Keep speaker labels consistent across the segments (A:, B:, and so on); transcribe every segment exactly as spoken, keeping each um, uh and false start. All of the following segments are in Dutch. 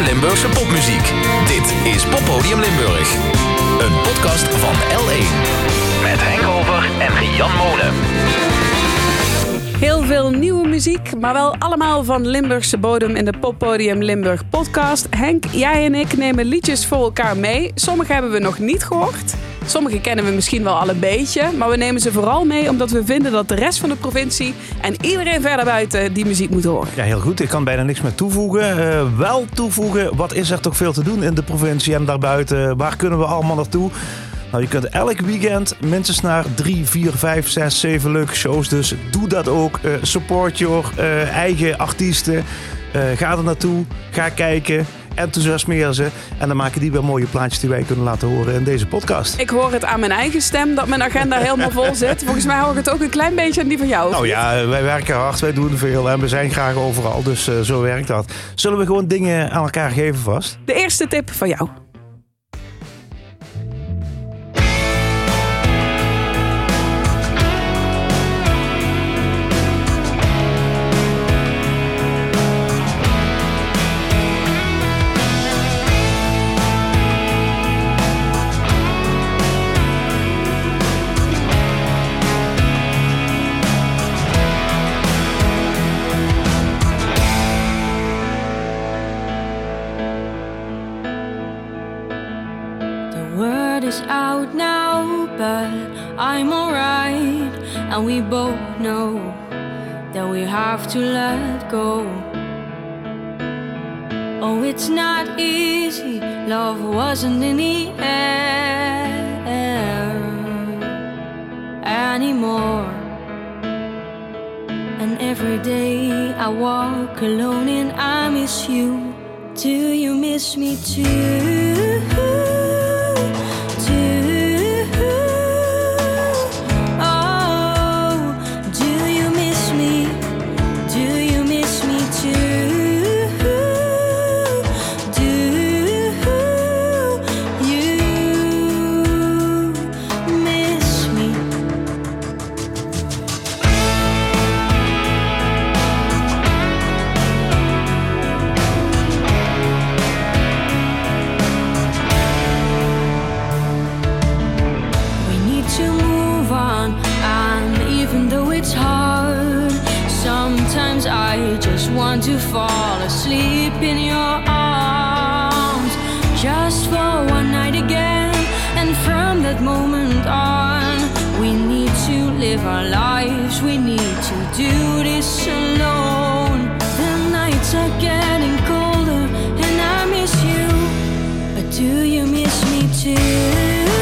A: beste Limburgse popmuziek. Dit is Poppodium Limburg. Een podcast van L één. Met Henk Over en Jan Molen.
B: Heel veel nieuwe muziek, maar wel allemaal van Limburgse bodem in de Poppodium Limburg podcast. Henk, jij en ik nemen liedjes voor elkaar mee. Sommige hebben we nog niet gehoord. Sommige kennen we misschien wel al een beetje. Maar we nemen ze vooral mee omdat we vinden dat de rest van de provincie en iedereen verder buiten die muziek moet horen.
C: Ja, heel goed. Ik kan bijna niks meer toevoegen. Uh, wel toevoegen, wat is er toch veel te doen in de provincie en daarbuiten? Waar kunnen we allemaal naartoe? Nou, je kunt elk weekend minstens naar drie, vier, vijf, zes, zeven leuke shows. Dus doe dat ook. Uh, support your uh, eigen artiesten. Uh, ga er naartoe. Ga kijken. Enthousiasmeer ze. En dan maken die weer mooie plaatjes die wij kunnen laten horen in deze podcast.
B: Ik hoor het aan mijn eigen stem dat mijn agenda helemaal vol zit. Volgens mij hoor ik het ook een klein beetje aan die van jou.
C: Nou ja, wij werken hard. Wij doen veel. En we zijn graag overal. Dus uh, zo werkt dat. Zullen we gewoon dingen aan elkaar geven vast?
B: De eerste tip van jou.
D: Out now, but I'm alright, and we both know that we have to let go. Oh, it's not easy, love wasn't in the air anymore. And every day I walk alone and I miss you. Do you miss me too? Want to fall asleep in your arms just for one night again, and from that moment on we need to live our lives, we need to do this alone. The nights are getting colder and I miss you, but do you miss me too?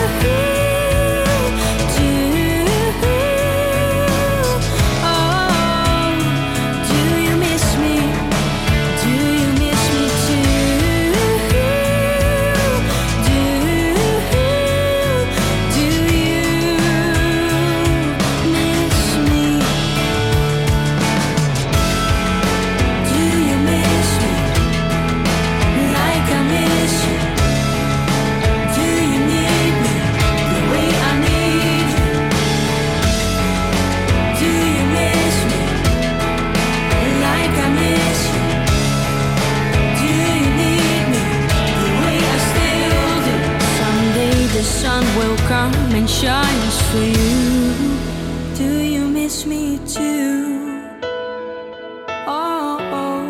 D: Shines for you. Do you miss me too? Oh, oh.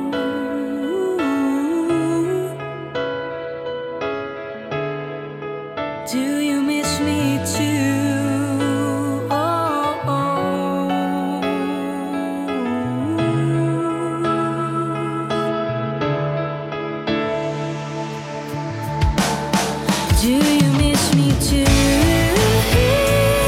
D: Do you miss me too? Oh, oh. Do you miss me too?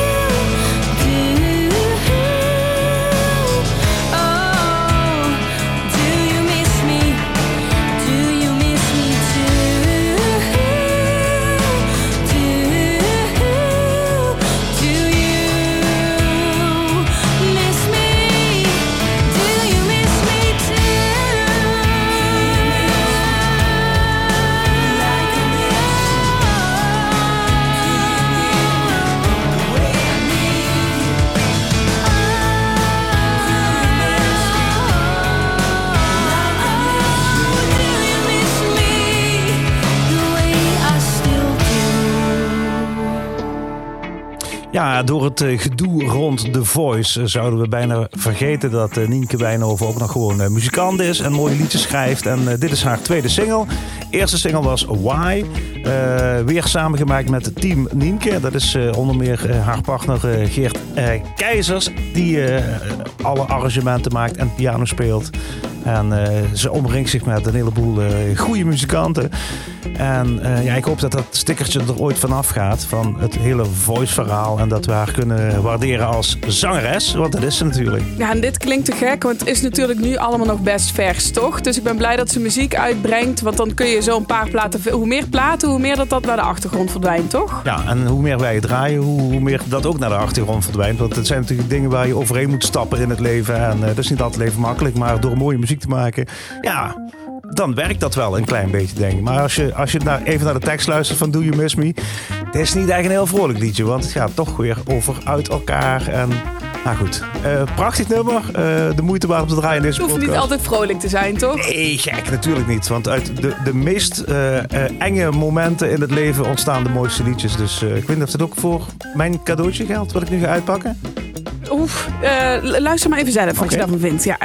C: Ja, door het uh, gedoe rond The Voice uh, zouden we bijna vergeten dat uh, Nienke Wijnhoven ook nog gewoon uh, muzikant is en mooie liedjes schrijft. En uh, dit is haar tweede single. Eerste single was Why. Uh, weer samengemaakt met team Nienke. Dat is uh, onder meer uh, haar partner uh, Geert uh, Keizers. Die uh, alle arrangementen maakt en piano speelt. En uh, ze omringt zich met een heleboel uh, goede muzikanten. En uh, ja, ik hoop dat dat stickertje er ooit vanaf gaat. Van het hele voice-verhaal. En dat we haar kunnen waarderen als zangeres. Want dat is ze natuurlijk.
B: Ja, en dit klinkt te gek. Want het is natuurlijk nu allemaal nog best vers, toch? Dus ik ben blij dat ze muziek uitbrengt. Want dan kun je zo een paar platen... Hoe meer platen, hoe meer dat dat naar de achtergrond verdwijnt, toch?
C: Ja, en hoe meer wij draaien, hoe, hoe meer dat ook naar de achtergrond verdwijnt. Want het zijn natuurlijk dingen waar je overheen moet stappen in het leven. En uh, dat is niet altijd even makkelijk. Maar door mooie muziek te maken, ja... dan werkt dat wel een klein beetje, denk ik. Maar als je, als je naar, even naar de tekst luistert van Do You Miss Me... het is niet echt een heel vrolijk liedje. Want het gaat toch weer over uit elkaar. En, nou goed, uh, prachtig nummer. Uh, de moeite waard om te draaien in deze podcast.
B: Het hoeft niet altijd vrolijk te zijn, toch?
C: Nee, gek, natuurlijk niet. Want uit de, de meest uh, uh, enge momenten in het leven ontstaan de mooiste liedjes. Dus uh, ik weet niet of dat ook voor mijn cadeautje geldt, wat ik nu ga uitpakken.
B: Oef, uh, luister maar even zelf wat okay. je daarvan vindt. Ja.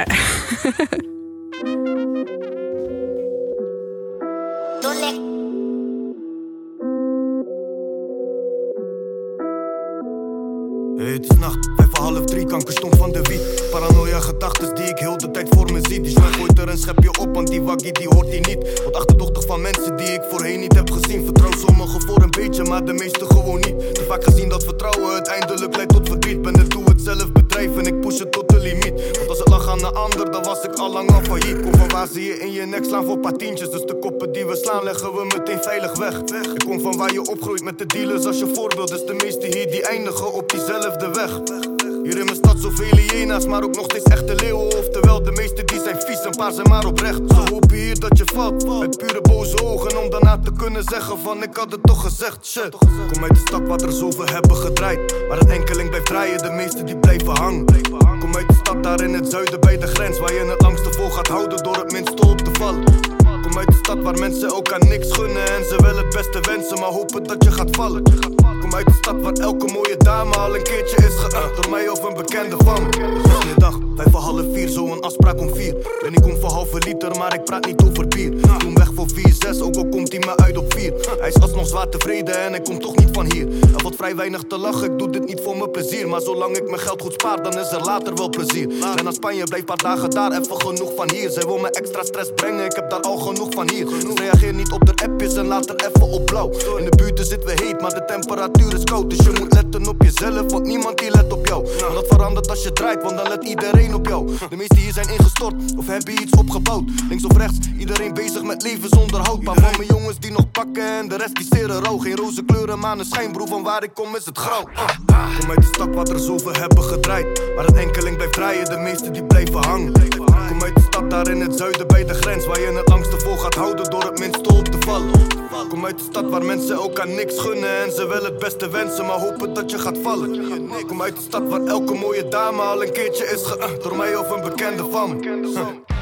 E: Hey, het is nacht, vijf voor half drie, kankerstom van de wiet. Paranoia gedachtes die ik heel de tijd voor me zie. Die zwijn gooit er een schepje op, want die waggie die hoort hij niet. Wat achterdochtig van mensen die ik voorheen niet heb gezien. Vertrouw sommigen voor een beetje, maar de meeste gewoon niet. Te vaak gezien dat vertrouwen uiteindelijk leidt tot verdriet. Ben het doe het zelf bedrijf en ik push het tot de limiet. Want als het lag aan de ander, dan was ik al lang al failliet. Kom van waar ze je in je nek slaan voor paar tientjes. Dus de koppen die we slaan leggen we meteen veilig weg. Ik kom van waar je opgroeit met de dealers als je voorbeeld. Dus de meeste hier die eindigen op diezelfde weg. Hier in mijn stad zoveel hyena's, maar ook nog steeds echte leeuwen. Oftewel, de meeste die zijn vies, een paar zijn maar oprecht. Ze hopen hier dat je valt, met pure boze ogen. Om daarna te kunnen zeggen van ik had het toch gezegd, shit. Kom uit de stad waar er zoveel hebben gedraaid. Waar een enkeling blijft draaien, de meeste die blijven hangen. Kom uit de stad daar in het zuiden bij de grens. Waar je het langste vol gaat houden door het minste op te vallen. Kom uit de stad waar mensen elkaar niks gunnen. En ze wel het beste wensen, maar hopen dat je gaat vallen. Kom uit de stad waar elke mooie dame al een keertje is geënt door mij of een bekende van me. Goeiedag, vijf voor half vier, zo een afspraak om vier. En ik kom voor halve liter, maar ik praat niet over bier. Toen weg voor vier zes, ook al komt hij me uit op vier. Hij is alsnog zwaar tevreden en ik kom toch niet van hier. Er valt vrij weinig te lachen, ik doe dit niet voor mijn plezier. Maar zolang ik mijn geld goed spaar, dan is er later wel plezier. Ben naar Spanje, blijf paar dagen daar, even genoeg van hier. Zij wil me extra stress brengen, ik heb daar al genoeg van hier. Dus reageer niet op de appjes en laat er even op blauw. In de buurt zit we heet, maar de temperatuur is koud. Dus je moet letten op jezelf, want niemand die let op jou. Maar dat verandert als je draait, want dan let iedereen op jou. De meesten hier zijn ingestort, of hebben iets opgebouwd. Links of rechts, iedereen bezig met levensonderhoud. Maar van mijn jongens die nog pakken en de rest die steren rauw. Geen roze kleuren, maar een schijnbroer, van waar ik kom is het grauw. Kom uit de stad waar er zoveel hebben gedraaid. Waar een enkeling blijft draaien, de meeste die blijven hangen. Kom uit de stad daar in het zuiden bij de grens. Waar je het langste vol gaat houden door het minste op te vallen. Kom uit de stad waar mensen elkaar niks gunnen. En ze wel het beste wensen, maar hopen dat je gaat vallen. Kom uit de stad waar elke mooie dame al een keertje is geënt door mij of een bekende van me.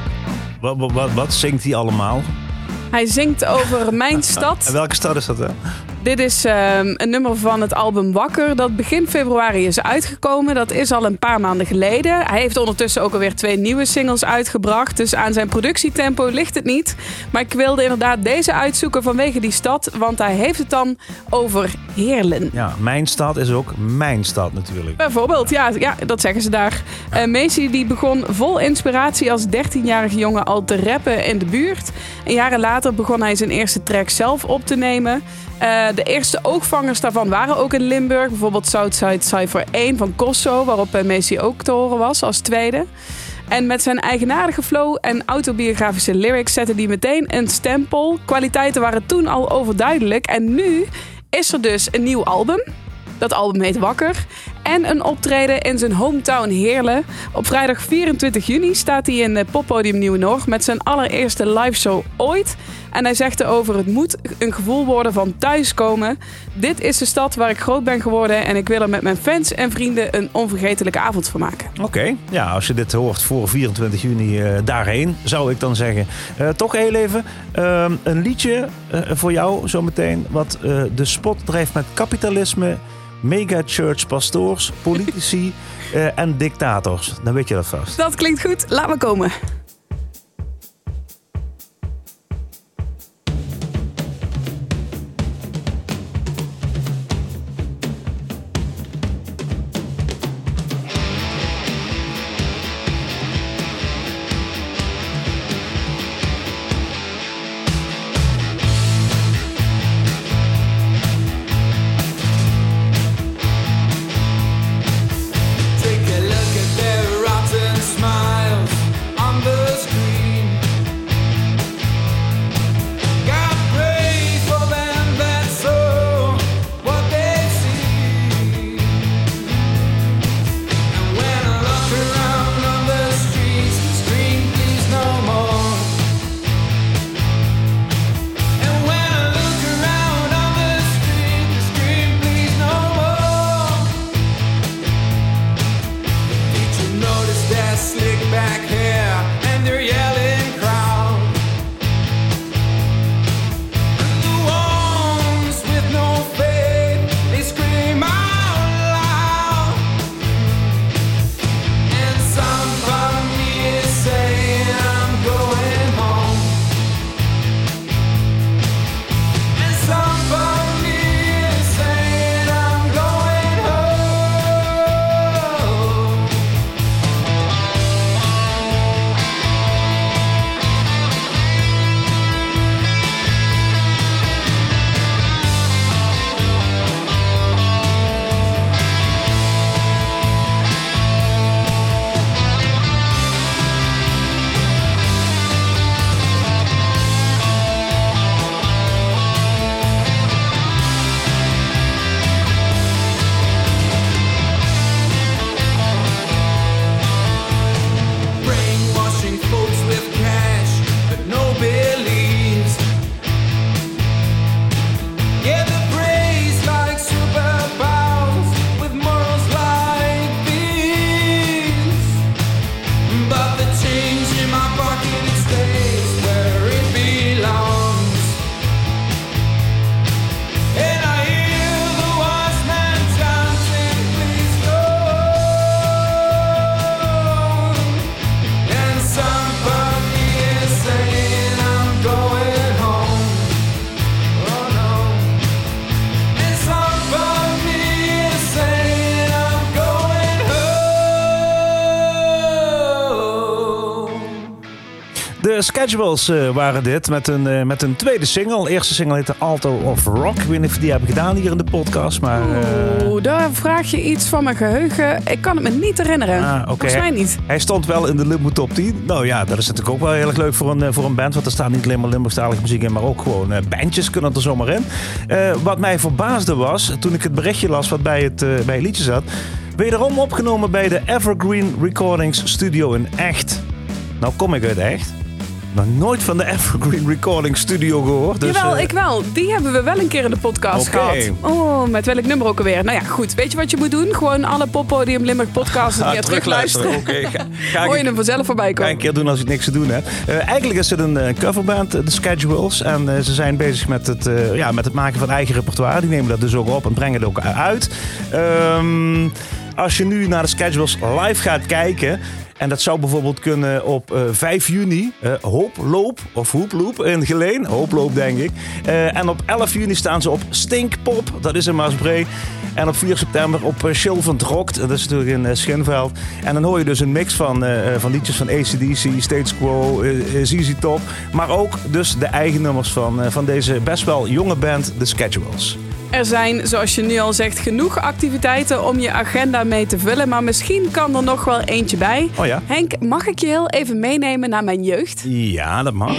C: Wat, wat, wat, wat zingt hij allemaal?
B: Hij zingt over mijn stad.
C: En welke stad is dat, hè?
B: Dit is um, een nummer van het album Wakker, dat begin februari is uitgekomen. Dat is al een paar maanden geleden. Hij heeft ondertussen ook alweer twee nieuwe singles uitgebracht. Dus aan zijn productietempo ligt het niet. Maar ik wilde inderdaad deze uitzoeken vanwege die stad. Want hij heeft het dan over Heerlen.
C: Ja, mijn stad is ook mijn stad natuurlijk.
B: Bijvoorbeeld, ja, ja dat zeggen ze daar. Uh, Macy die begon vol inspiratie als dertienjarige jongen al te rappen in de buurt. En jaren later begon hij zijn eerste track zelf op te nemen. Uh, de eerste oogvangers daarvan waren ook in Limburg. Bijvoorbeeld Southside Cypher één van Kosso, waarop Macy ook te horen was als tweede. En met zijn eigenaardige flow en autobiografische lyrics zette hij meteen een stempel. Kwaliteiten waren toen al overduidelijk. En nu is er dus een nieuw album. Dat album heet Wakker. En een optreden in zijn hometown Heerlen. Op vrijdag vierentwintig juni staat hij in het Poppodium Nieuwe-Noord met zijn allereerste liveshow ooit. En hij zegt erover: het moet een gevoel worden van thuiskomen. Dit is de stad waar ik groot ben geworden en ik wil er met mijn fans en vrienden een onvergetelijke avond van maken.
C: Oké, okay. Ja, als je dit hoort voor vierentwintig juni uh, daarheen, zou ik dan zeggen. Uh, toch heel even, uh, een liedje uh, voor jou zometeen, wat uh, de spot drijft met kapitalisme, megachurch pastoors, politici uh, en dictators. Dan weet je dat vast.
B: Dat klinkt goed. Laat maar komen.
C: De Schedules uh, waren dit met een, uh, met een tweede single. De eerste single heette Alto of Rock. Ik weet niet of we die hebben gedaan hier in de podcast. Maar, uh...
B: Oeh, daar vraag je iets van mijn geheugen. Ik kan het me niet herinneren.
C: Ah, okay.
B: Volgens mij niet.
C: Hij, hij stond wel in de Limbo Top tien. Nou ja, dat is natuurlijk ook wel heel erg leuk voor een, voor een band. Want er staat niet alleen maar Limburgstalige muziek in, maar ook gewoon uh, bandjes kunnen er zomaar in. Uh, wat mij verbaasde was, toen ik het berichtje las wat bij het, uh, bij het liedje zat. Wederom opgenomen bij de Evergreen Recordings Studio in Echt. Nou kom ik uit Echt. Nog nooit van de Evergreen Recording Studio gehoord. Dus,
B: Jawel,
C: uh...
B: ik wel. Die hebben we wel een keer in de podcast
C: okay.
B: gehad. Oh, met welk nummer ook alweer? Nou ja, goed. Weet je wat je moet doen? Gewoon alle Poppodium Limburg podcasts een keer terugluisteren.
C: Oké. Okay. Ga, ga
B: Hoor je hem vanzelf voorbij komen.
C: Ga een keer doen als ik niks te doen heb. Uh, eigenlijk is het een uh, coverband, de Schedules. En uh, ze zijn bezig met het, uh, ja, met het maken van eigen repertoire. Die nemen dat dus ook op en brengen het ook uit. Um, als je nu naar de Schedules live gaat kijken... En dat zou bijvoorbeeld kunnen op uh, vijf juni, uh, Hooploop of Hooploop in Geleen. Hooploop denk ik. Uh, en op elf juni staan ze op Stinkpop, dat is in Maasbree. En op vier september op uh, Sylvant Rockt, dat is natuurlijk in uh, Schinveld. En dan hoor je dus een mix van, uh, van liedjes van A C D C, Status Quo, uh, Z Z Top. Maar ook dus de eigen nummers van, uh, van deze best wel jonge band, The Schedules.
B: Er zijn, zoals je nu al zegt, genoeg activiteiten om je agenda mee te vullen. Maar misschien kan er nog wel eentje bij.
C: Oh ja?
B: Henk, mag ik je heel even meenemen naar mijn jeugd?
C: Ja, dat mag.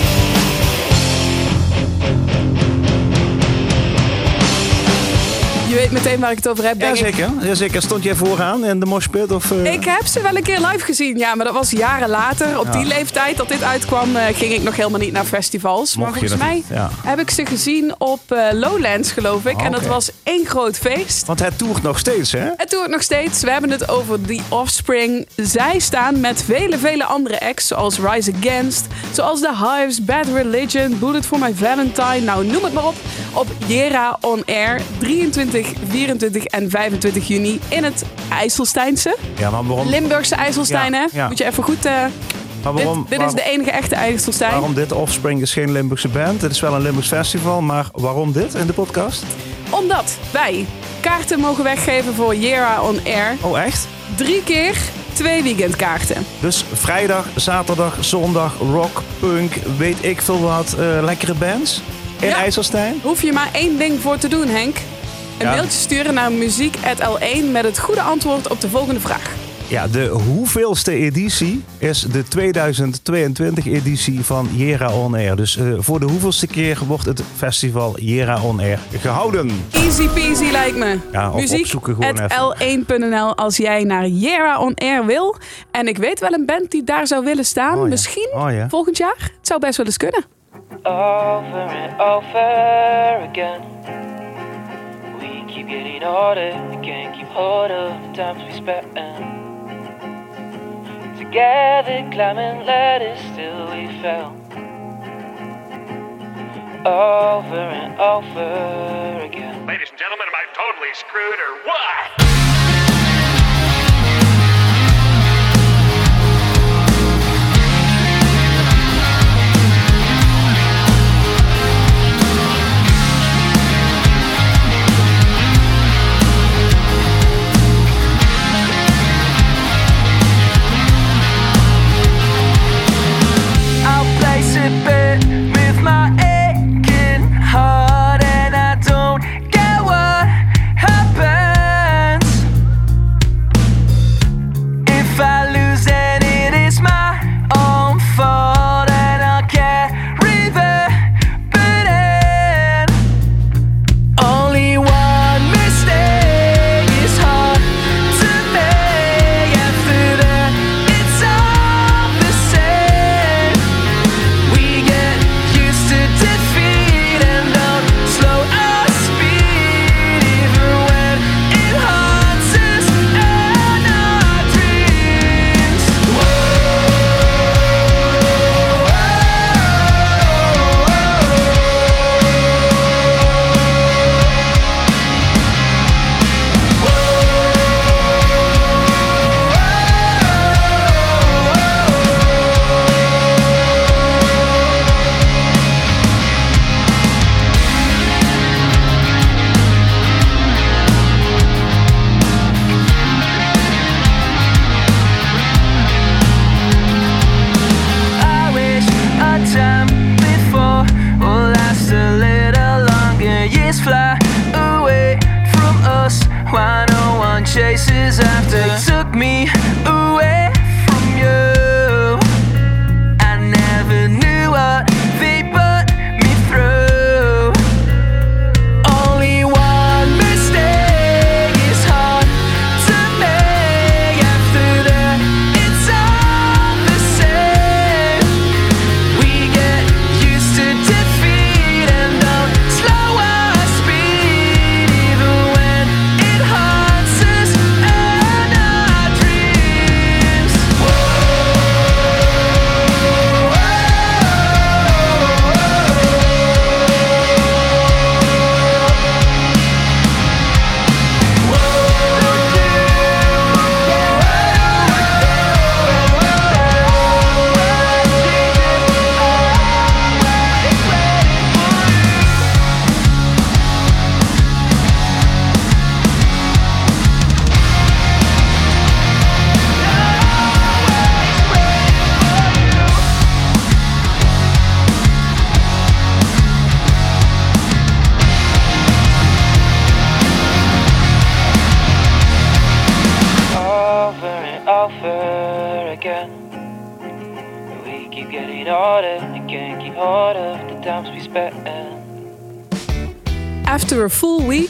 B: Je weet meteen waar ik het over heb, denk ik.
C: Jazeker, jazeker. Stond jij vooraan in de moshpit? Of, uh...
B: Ik heb ze wel een keer live gezien, ja, maar dat was jaren later. Op
C: Ja.
B: die leeftijd dat dit uitkwam, uh, ging ik nog helemaal niet naar festivals.
C: Mocht
B: maar
C: je
B: volgens mij
C: dat- ja.
B: heb ik ze gezien op uh, Lowlands, geloof ik.
C: Oh,
B: En dat
C: oké.
B: was één groot feest.
C: Want het toert nog steeds, hè?
B: Het doet het nog steeds. We hebben het over The Offspring. Zij staan met vele, vele andere acts, zoals Rise Against, zoals The Hives, Bad Religion, Bullet for My Valentine, nou noem het maar op, op Jera On Air, drieëntwintig, vierentwintig en vijfentwintig juni in het IJsselsteinse.
C: Ja, maar waarom,
B: Limburgse IJsselstein,
C: Ja,
B: hè?
C: ja.
B: Moet je even goed... Uh,
C: maar
B: dit
C: waarom,
B: dit is
C: waarom,
B: de enige echte IJsselstein.
C: waarom dit Offspring is geen Limburgse band? Het is wel een Limburgs festival, maar waarom dit in de podcast?
B: Omdat wij kaarten mogen weggeven voor Jera On Air.
C: Oh, echt?
B: Drie keer twee weekendkaarten.
C: Dus vrijdag, zaterdag, zondag, rock, punk, weet ik veel wat, uh, lekkere bands in
B: Ja.
C: IJsselstein.
B: Hoef je maar één ding voor te doen, Henk. Een
C: Ja.
B: mailtje sturen naar muziek at l één met het goede antwoord op de volgende vraag.
C: Ja, de hoeveelste editie is de tweeduizend tweeëntwintig editie van Jera On Air. Dus uh, voor de hoeveelste keer wordt het festival Jera On Air gehouden.
B: Easy peasy lijkt me.
C: Ja, of
B: muziek
C: opzoeken gewoon
B: at
C: even.
B: l één punt n l als jij naar Jera On Air wil. En ik weet wel een band die daar zou willen staan.
C: Oh ja.
B: Misschien
C: Oh ja.
B: volgend jaar. Het zou best wel eens kunnen.
F: Over and over again. We keep getting older, we can't keep hold of the times we spent. Together climbing ladders till we fell. Over and over again.
G: Ladies and gentlemen, am I totally screwed or what?
F: I'll place a bet with my aching heart, and I don't care what happens. If I lose, then it is my own fault, and I'll carry the burden. Only one mistake is hard to make. After that, it's all the same. We get used to defeat and don't slow our speed, even when it haunts us and our dreams. I wish our time before will last a little longer. Years fly away from us while no one chases after. Took me away from you. I never knew what they put me through. Only one mistake is hard to make. After that, it's all the same. We get used to defeat and don't slow our speed, even when it haunts us and our dreams. Over and over again. We keep getting older and can't keep hold of the times we spent.
B: After a full week,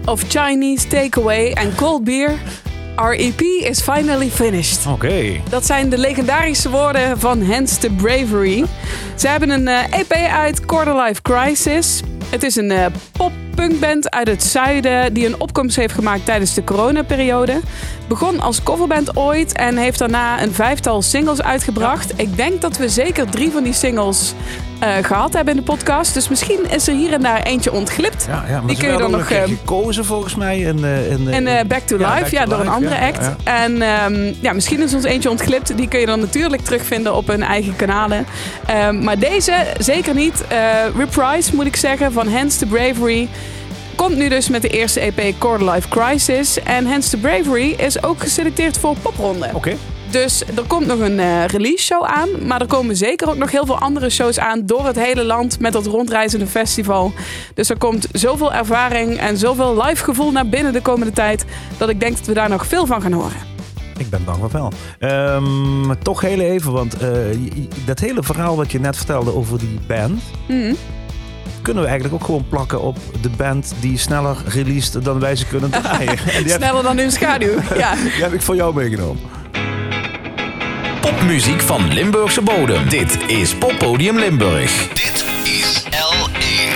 B: of Chinese takeaway en cold beer. Our E P is finally finished.
C: Oké. Okay.
B: Dat zijn de legendarische woorden van Hence the Bravery. Ze hebben een uh, E P uit, Quarter Life Crisis. Het is een uh, pop-punkband uit het zuiden die een opkomst heeft gemaakt tijdens de coronaperiode. Begon als coverband ooit en heeft daarna een vijftal singles uitgebracht. Ik denk dat we zeker drie van die singles uh, gehad hebben in de podcast. Dus misschien is er hier en daar eentje ontglipt.
C: Ja, ja, maar
B: die
C: ze
B: kun je dan nog
C: uh, gekozen volgens mij. In, uh, in, uh,
B: en uh, Back to
C: ja,
B: Life,
C: back
B: ja,
C: to
B: door
C: life,
B: een andere
C: ja,
B: act.
C: ja.
B: En um, ja, misschien is ons eentje ontglipt. Die kun je dan natuurlijk terugvinden op hun eigen kanalen. Um, maar deze zeker niet. Uh, Reprise moet ik zeggen, van Hence the Bravery. Komt nu dus met de eerste E P Quarter Life Crisis. En Hence the Bravery is ook geselecteerd voor popronde.
C: Oké. Okay.
B: Dus er komt nog een uh, release show aan. Maar er komen zeker ook nog heel veel andere shows aan door het hele land met dat rondreizende festival. Dus er komt zoveel ervaring en zoveel live gevoel naar binnen de komende tijd, dat ik denk dat we daar nog veel van gaan horen.
C: Ik ben bang van wel. Um, toch heel even, want uh, dat hele verhaal wat je net vertelde over die band,
B: Mm.
C: kunnen we eigenlijk ook gewoon plakken op de band die sneller released dan wij ze kunnen draaien. En die
B: Sneller
C: heb,
B: dan hun schaduw. Ja.
C: Die heb ik voor jou meegenomen.
A: Popmuziek van Limburgse bodem. Dit is Poppodium Limburg. Dit is L één.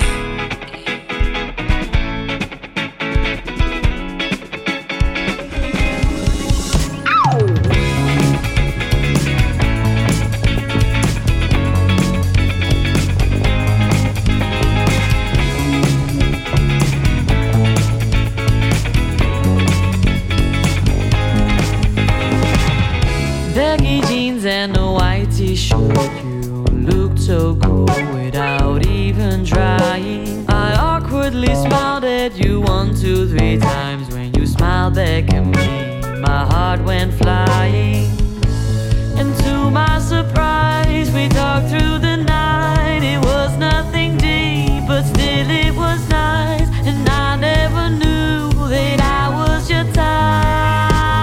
H: Baggy jeans and a white t-shirt. You looked so cool without even trying. I awkwardly smiled at you one, two, three times. When you smiled back at me, my heart went flying. And to my surprise, we talked through the night. It was nothing deep, but still it was nice. And I never knew that I was your type.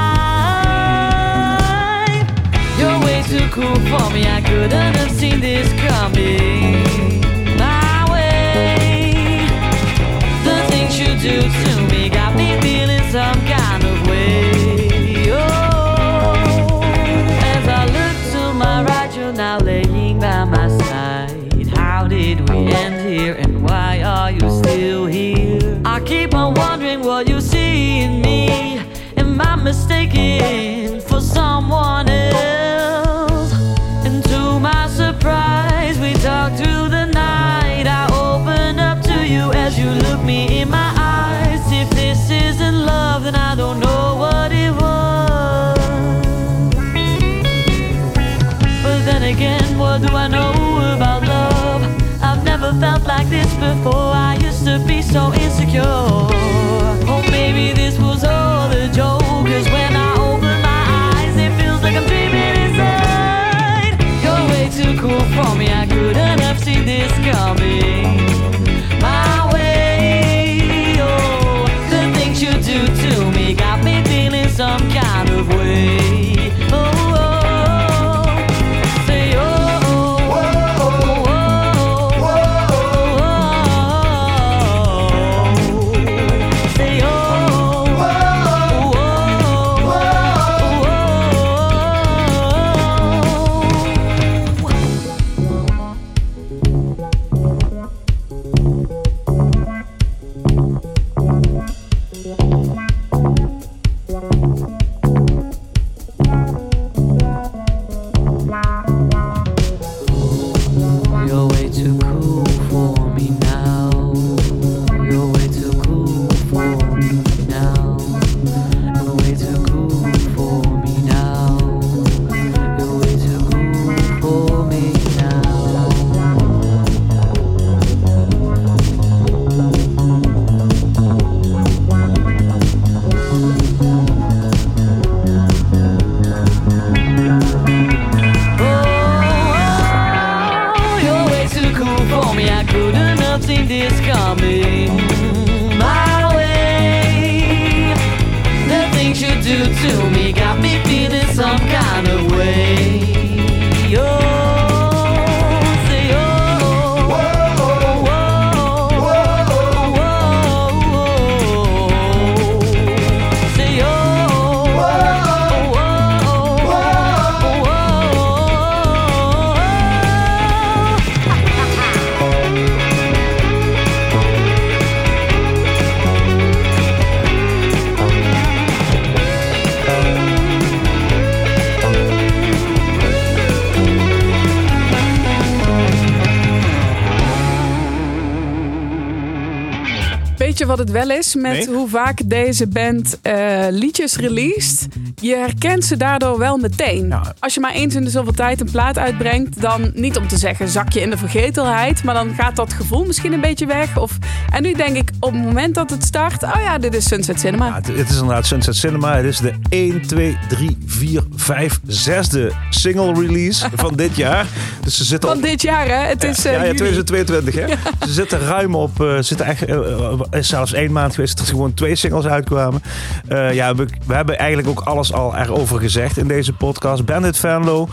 H: You're way too cool for me, I couldn't have seen this coming my way. The things you do to me got me feeling some kind of way. Oh, as I look to my right, you're now laying by my side. How did we end here and why are you still here? I keep on wondering what you see in me. Am I mistaken for someone else? And to my surprise, we talked through the night. I opened up to you as you look me in my eyes. If this isn't love, then I don't know what it was. But then again, what do I know about love? I've never felt like this before. I used to be so insecure. Oh, maybe this was all a joke. Cause when I open my eyes, it feels like I'm dreaming inside. You're way too cool for me, I couldn't have seen this coming my way. Oh, the things you do to me got me feeling some kind of way. Oh, oh, say oh, oh, oh, oh, oh, oh, say oh. You're way too cool for me now. You're way too cool for me now. You're way too cool for me now. You're way too cool for me now.
B: wat het wel is met
C: Nee?
B: hoe vaak deze band uh, liedjes released? Je herkent ze daardoor wel meteen.
C: Ja.
B: Als je maar eens in de zoveel tijd een plaat uitbrengt, dan niet om te zeggen zak je in de vergetelheid, maar dan gaat dat gevoel misschien een beetje weg. Of, en nu denk ik op het moment dat het start, oh ja, dit is Sunset Cinema.
C: Ja, het, het is inderdaad Sunset Cinema. Het is de één, twee, drie, vier, vijf, zesde single release van dit jaar. Dus ze zitten
B: Van
C: op...
B: dit jaar, hè? Het is uh,
C: ja, ja,
B: juli.
C: tweeduizend tweeëntwintig, hè? Ja. Ze zitten ruim op... Uh, zitten echt, uh, is zelfs één maand geweest dat er gewoon twee singles uitkwamen. Uh, ja, we, we hebben eigenlijk ook alles al erover gezegd in deze podcast. Bandit Venlo.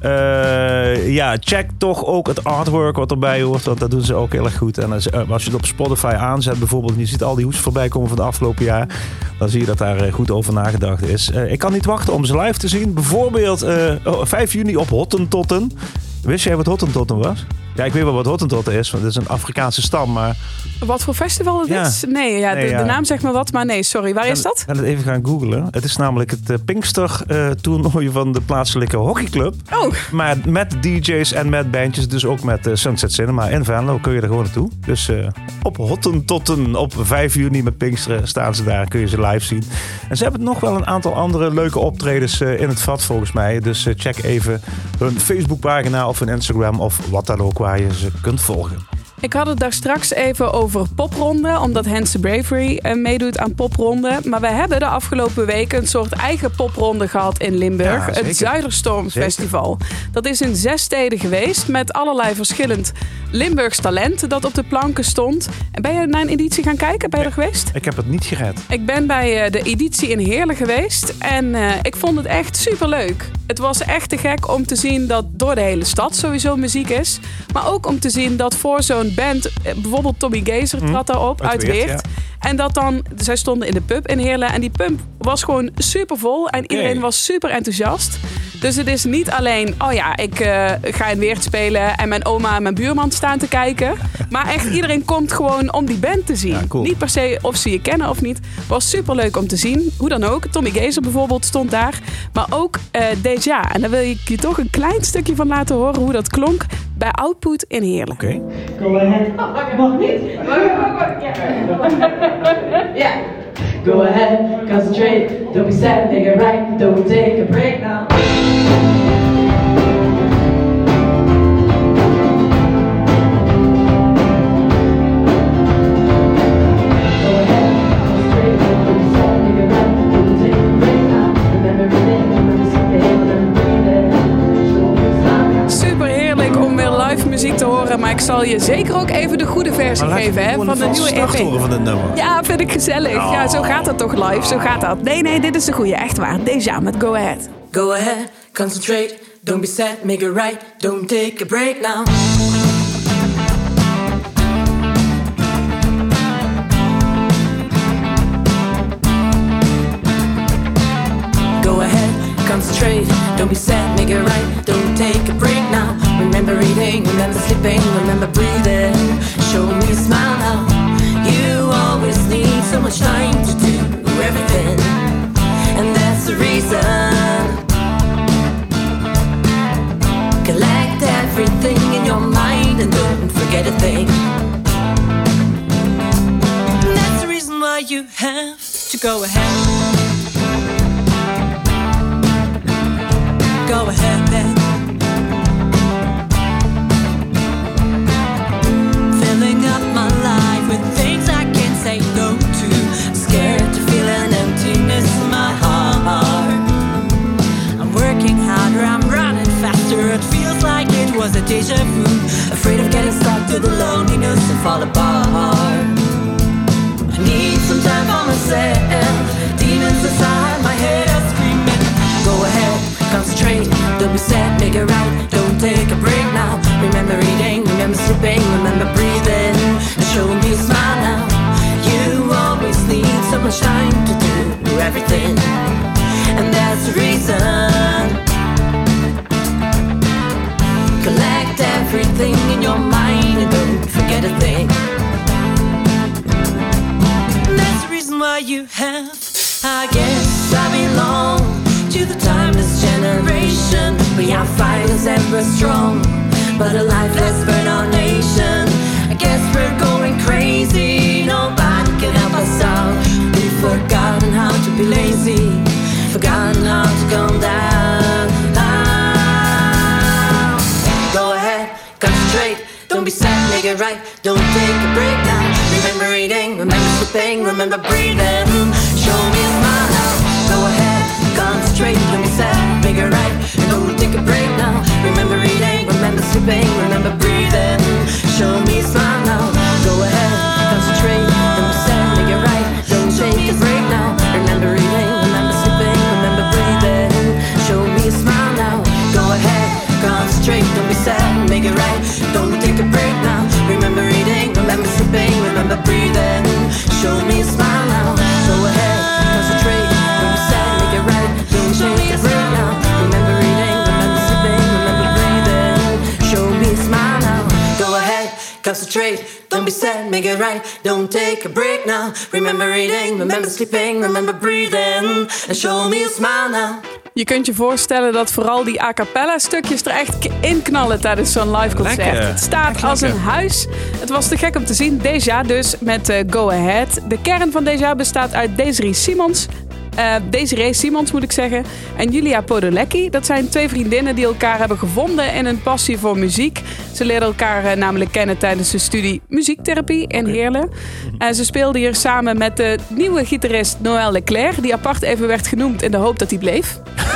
C: Uh, ja, check toch ook het artwork wat erbij hoort, want dat doen ze ook heel erg goed. En als, uh, als je het op Spotify aanzet bijvoorbeeld en je ziet al die hoes voorbij komen van het afgelopen jaar, dan zie je dat daar uh, goed over nagedacht is. Uh, ik kan niet wachten om ze live te zien. Bijvoorbeeld uh, oh, vijf juni op Hottentotten. Wist jij wat Hottentotten was? Ja, ik weet wel wat Hottentotten is, want het is een Afrikaanse stam, maar...
B: Wat voor festival het
C: Ja.
B: is? Nee, ja,
C: Nee,
B: de,
C: ja.
B: de naam zegt me wat, maar nee, sorry. Waar is dat?
C: Ik ga het even gaan googlen. Het is namelijk het uh, Pinkster-toernooi uh, van de plaatselijke hockeyclub.
B: Oh,
C: Maar met D J's en met bandjes, dus ook met uh, Sunset Cinema in Venlo kun je er gewoon naartoe. Dus uh, op Hottentotten op vijf juni met Pinksteren staan ze daar, kun je ze live zien. En ze hebben nog wel een aantal andere leuke optredens uh, in het vat volgens mij. Dus uh, check even hun Facebookpagina of hun Instagram of wat dan ook waar je ze kunt volgen.
B: ik had het daar straks even over popronde, omdat Hence Bravery uh, meedoet aan popronde. Maar wij hebben de afgelopen weken een soort eigen popronde gehad in Limburg.
C: Ja, zeker.
B: Het Zuiderstorm
C: Zeker.
B: Festival. Dat is in zes steden geweest met allerlei verschillend Limburgs talent dat op de planken stond. En ben je naar een editie gaan kijken? Ben je er geweest?
C: Ik heb het niet gered.
B: Ik ben bij uh, de editie in Heerlen geweest en uh, ik vond het echt superleuk. Het was echt te gek om te zien dat door de hele stad sowieso muziek is. Maar ook om te zien dat voor zo'n band, uh, bijvoorbeeld Tommy Gezer trad daarop
C: uit
B: uit
C: Weert,
B: Weert. En dat dan, zij stonden in de pub in Heerlen en die pub was gewoon super vol en iedereen was super enthousiast. Dus het is niet alleen, oh ja, ik uh, ga in Weert spelen en mijn oma en mijn buurman staan te kijken. Maar echt iedereen komt gewoon om die band te zien.
C: Ja, cool.
B: Niet per se of ze je kennen of niet. Was super leuk om te zien. Hoe dan ook. Tommy Gezer bijvoorbeeld stond daar. Maar ook uh, Deja. En daar wil ik je toch een klein stukje van laten horen hoe dat klonk bij Output in Heerlen.
C: Oké. Okay.
I: Go ahead. Oh, mag niet. Ja. Go ahead, concentrate. Don't be sad, make it right. Don't take a break now.
B: Super heerlijk om weer live muziek te horen. Maar ik zal je zeker ook even de goede versie
C: Maar laat
B: geven
C: je
B: hè,
C: gewoon
B: van de
C: een
B: nieuwe
C: valse start
B: E P.
C: horen van dit nummer.
B: Ja, vind ik gezellig. Ja, zo gaat dat toch live. Zo gaat dat. Nee, nee, dit is de goede. Echt waar. Deja met Go Ahead.
I: Go ahead, concentrate. Don't be sad, make it right. Don't take a break now. Go ahead, concentrate. Don't be sad, make it right. Don't take a break now. Remember eating, remember sleeping, remember breathing. Show me a smile now. You always need so much time to do everything, and that's the reason. Collect everything in your mind and don't forget a thing. And that's the reason why you have to go ahead. Go ahead then. Filling up my life with things I can't say no to. Scared to feel an emptiness in my heart. I'm working harder, I'm running faster. It feels like it was a deja vu. Afraid of getting stuck to the loneliness and fall apart. I need some time for myself. Demons inside my head are screaming. Go ahead, concentrate. Don't be sad, make it right. Don't take a break now. Remember eating, remember sleeping, remember breathing. And show me a smile now. You always need so much time to do everything, and that's the reason. Collect everything in your mind and don't forget a thing. And that's the reason why you have. I guess I belong to the timeless generation. We are fighters and we're strong, but a life let's burn our nation. I guess we're going crazy. Nobody can help be lazy, forgotten how to calm down. down. Go ahead, concentrate, don't be sad, make it right, don't take a break now. Remember eating, remember sleeping, remember breathing. Show me a smile now. Go ahead, concentrate, don't be sad, make it right, don't take a break now. Remember eating, remember sleeping, remember breathing. Show me a smile now. Go ahead, concentrate, don't be sad, make it right, don't take a break now. Remember eating, remember sleeping, remember breathing. Show me a smile now. Go ahead, concentrate, don't be sad, make it right, don't take a break now. Remember eating, remember sleeping, remember breathing. Show me a smile now. Go ahead, concentrate, don't be sad, make it right, don't take a break now. Remember eating, remember sleeping, remember breathing. Show me a smile now. Go ahead, concentrate, don't be sad, make it right, don't take a break now. Remember eating, remember sleeping, remember breathing. And show me a smile now.
B: Je kunt je voorstellen dat vooral die a cappella stukjes er echt in knallen tijdens zo'n live concert.
C: Lekker.
B: Het staat
C: Echt
B: als
C: lekker.
B: een huis. Het was te gek om te zien. Deja dus met uh, Go Ahead. De kern van Deja bestaat uit Desiree Simons. Uh, Desiree Simons moet ik zeggen. En Julia Podolecki. Dat zijn twee vriendinnen die elkaar hebben gevonden in hun passie voor muziek. Ze leerden elkaar uh, namelijk kennen tijdens de studie muziektherapie in Heerlen. Uh, ze speelden hier samen met de nieuwe gitarist Noël Leclerc. Die apart even werd genoemd in de hoop dat hij bleef.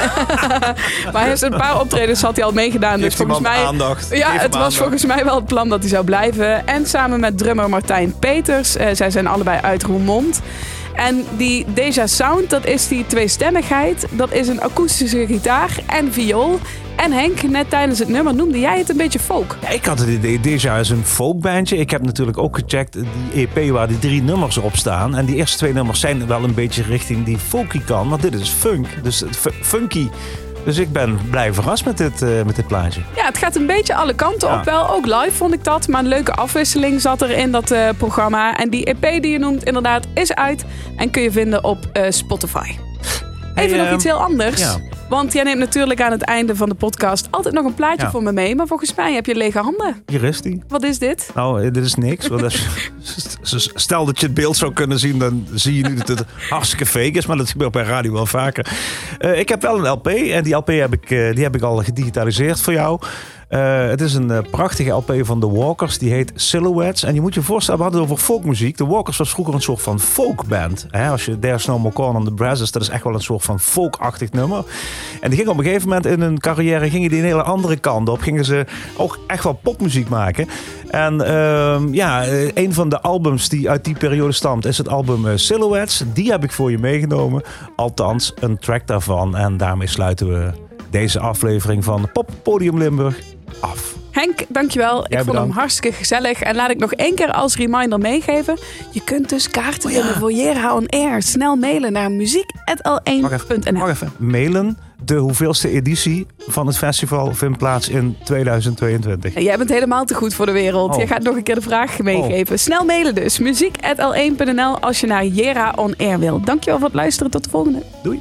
B: Maar hij heeft een paar optredens had hij al meegedaan. Dus volgens mij,
C: aandacht.
B: ja, het was volgens mij wel het plan dat hij zou blijven. En samen met drummer Martijn Peters. Uh, zij zijn allebei uit Roermond. En die Deja Sound, dat is die tweestemmigheid. Dat is een akoestische gitaar en viool. En Henk, net tijdens het nummer noemde jij het een beetje folk.
C: Ja, ik had het idee, Deja is een folkbandje. Ik heb natuurlijk ook gecheckt die E P waar die drie nummers op staan. En die eerste twee nummers zijn wel een beetje richting die folky kant. Maar dit is funk, dus fu- funky. Dus ik ben blij verrast met dit, uh, met dit plaatje.
B: Ja, het gaat een beetje alle kanten
C: Ja.
B: op wel. Ook live vond ik dat. Maar een leuke afwisseling zat er in dat uh, programma. En die E P die je noemt inderdaad is uit. En kun je vinden op uh, Spotify. Even
C: Hey,
B: nog
C: uh,
B: iets heel anders.
C: ja.
B: Want jij neemt natuurlijk aan het einde van de podcast altijd nog een plaatje
C: Ja.
B: voor me mee. Maar volgens mij heb je lege handen.
C: Hier is die.
B: Wat is dit?
C: Nou, dit is niks. Want als je- stel dat je het beeld zou kunnen zien, dan zie je nu dat het hartstikke fake is. Maar dat gebeurt bij radio wel vaker. Uh, ik heb wel een L P en die L P heb ik, uh, die heb ik al gedigitaliseerd voor jou. Uh, het is een uh, prachtige L P van The Walkers. Die heet Silhouettes. En je moet je voorstellen, we hadden het over folkmuziek. The Walkers was vroeger een soort van folkband. Hè? Als je There's No More Corn on the Brazzers, dat is echt wel een soort van folkachtig nummer. En die ging op een gegeven moment in hun carrière gingen die een hele andere kant op. Gingen ze ook echt wel popmuziek maken. En uh, ja, een van de albums die uit die periode stamt is het album uh, Silhouettes. Die heb ik voor je meegenomen. Althans, een track daarvan. En daarmee sluiten we deze aflevering van Pop Podium Limburg af.
B: Henk, dankjewel. Ik vond hem
C: bedankt.
B: hartstikke gezellig. En laat ik nog één keer als reminder meegeven. Je kunt dus kaarten winnen voor Jera on Air. Snel mailen naar muziek at l één punt n l.
C: Wacht even. Mailen. De hoeveelste editie van het festival vindt plaats in tweeduizend tweeëntwintig.
B: En jij bent helemaal te goed voor de wereld.
C: Oh.
B: Je gaat nog een keer de vraag meegeven. Snel mailen dus. muziek at l één punt n l als je naar Jera on Air wil. Dankjewel voor het luisteren. Tot de volgende.
C: Doei.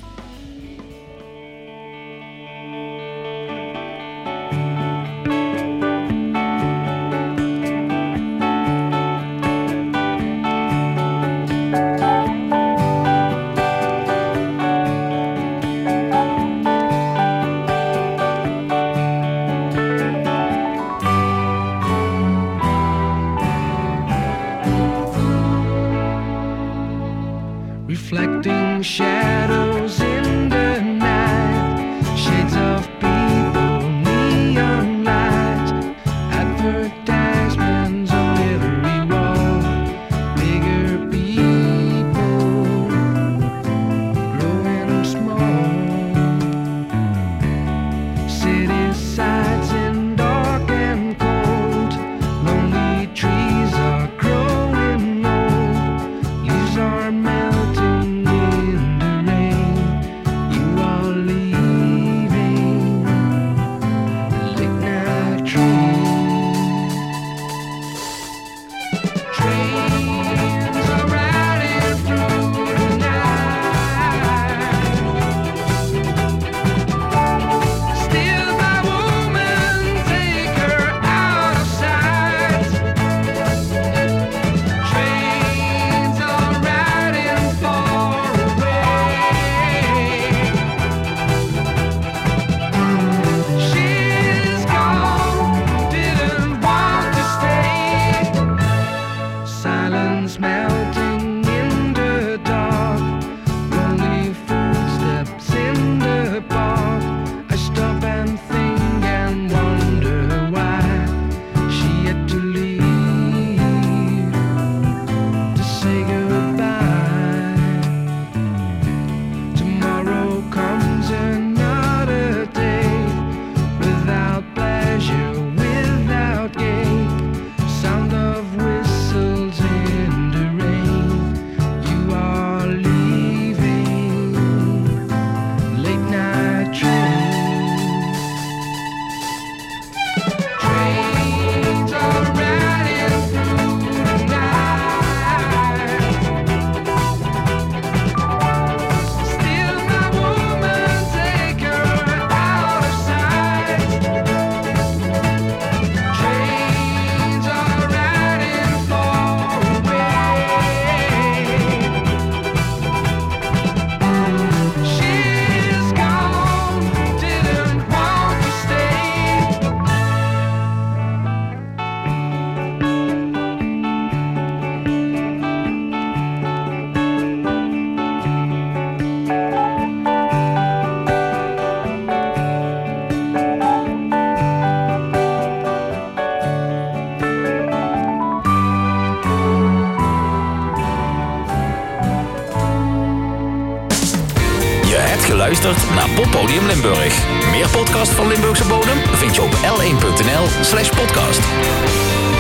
J: Reflecting shadows in the night, shades of people, neon lights, advertisements on every wall, bigger people, growing small, city sights in dark and cold, lonely trees are growing old, leaves are melting in the rain,
A: hebt geluisterd naar Poppodium Limburg. Meer podcast van Limburgse bodem vind je op l één punt n l slash podcast.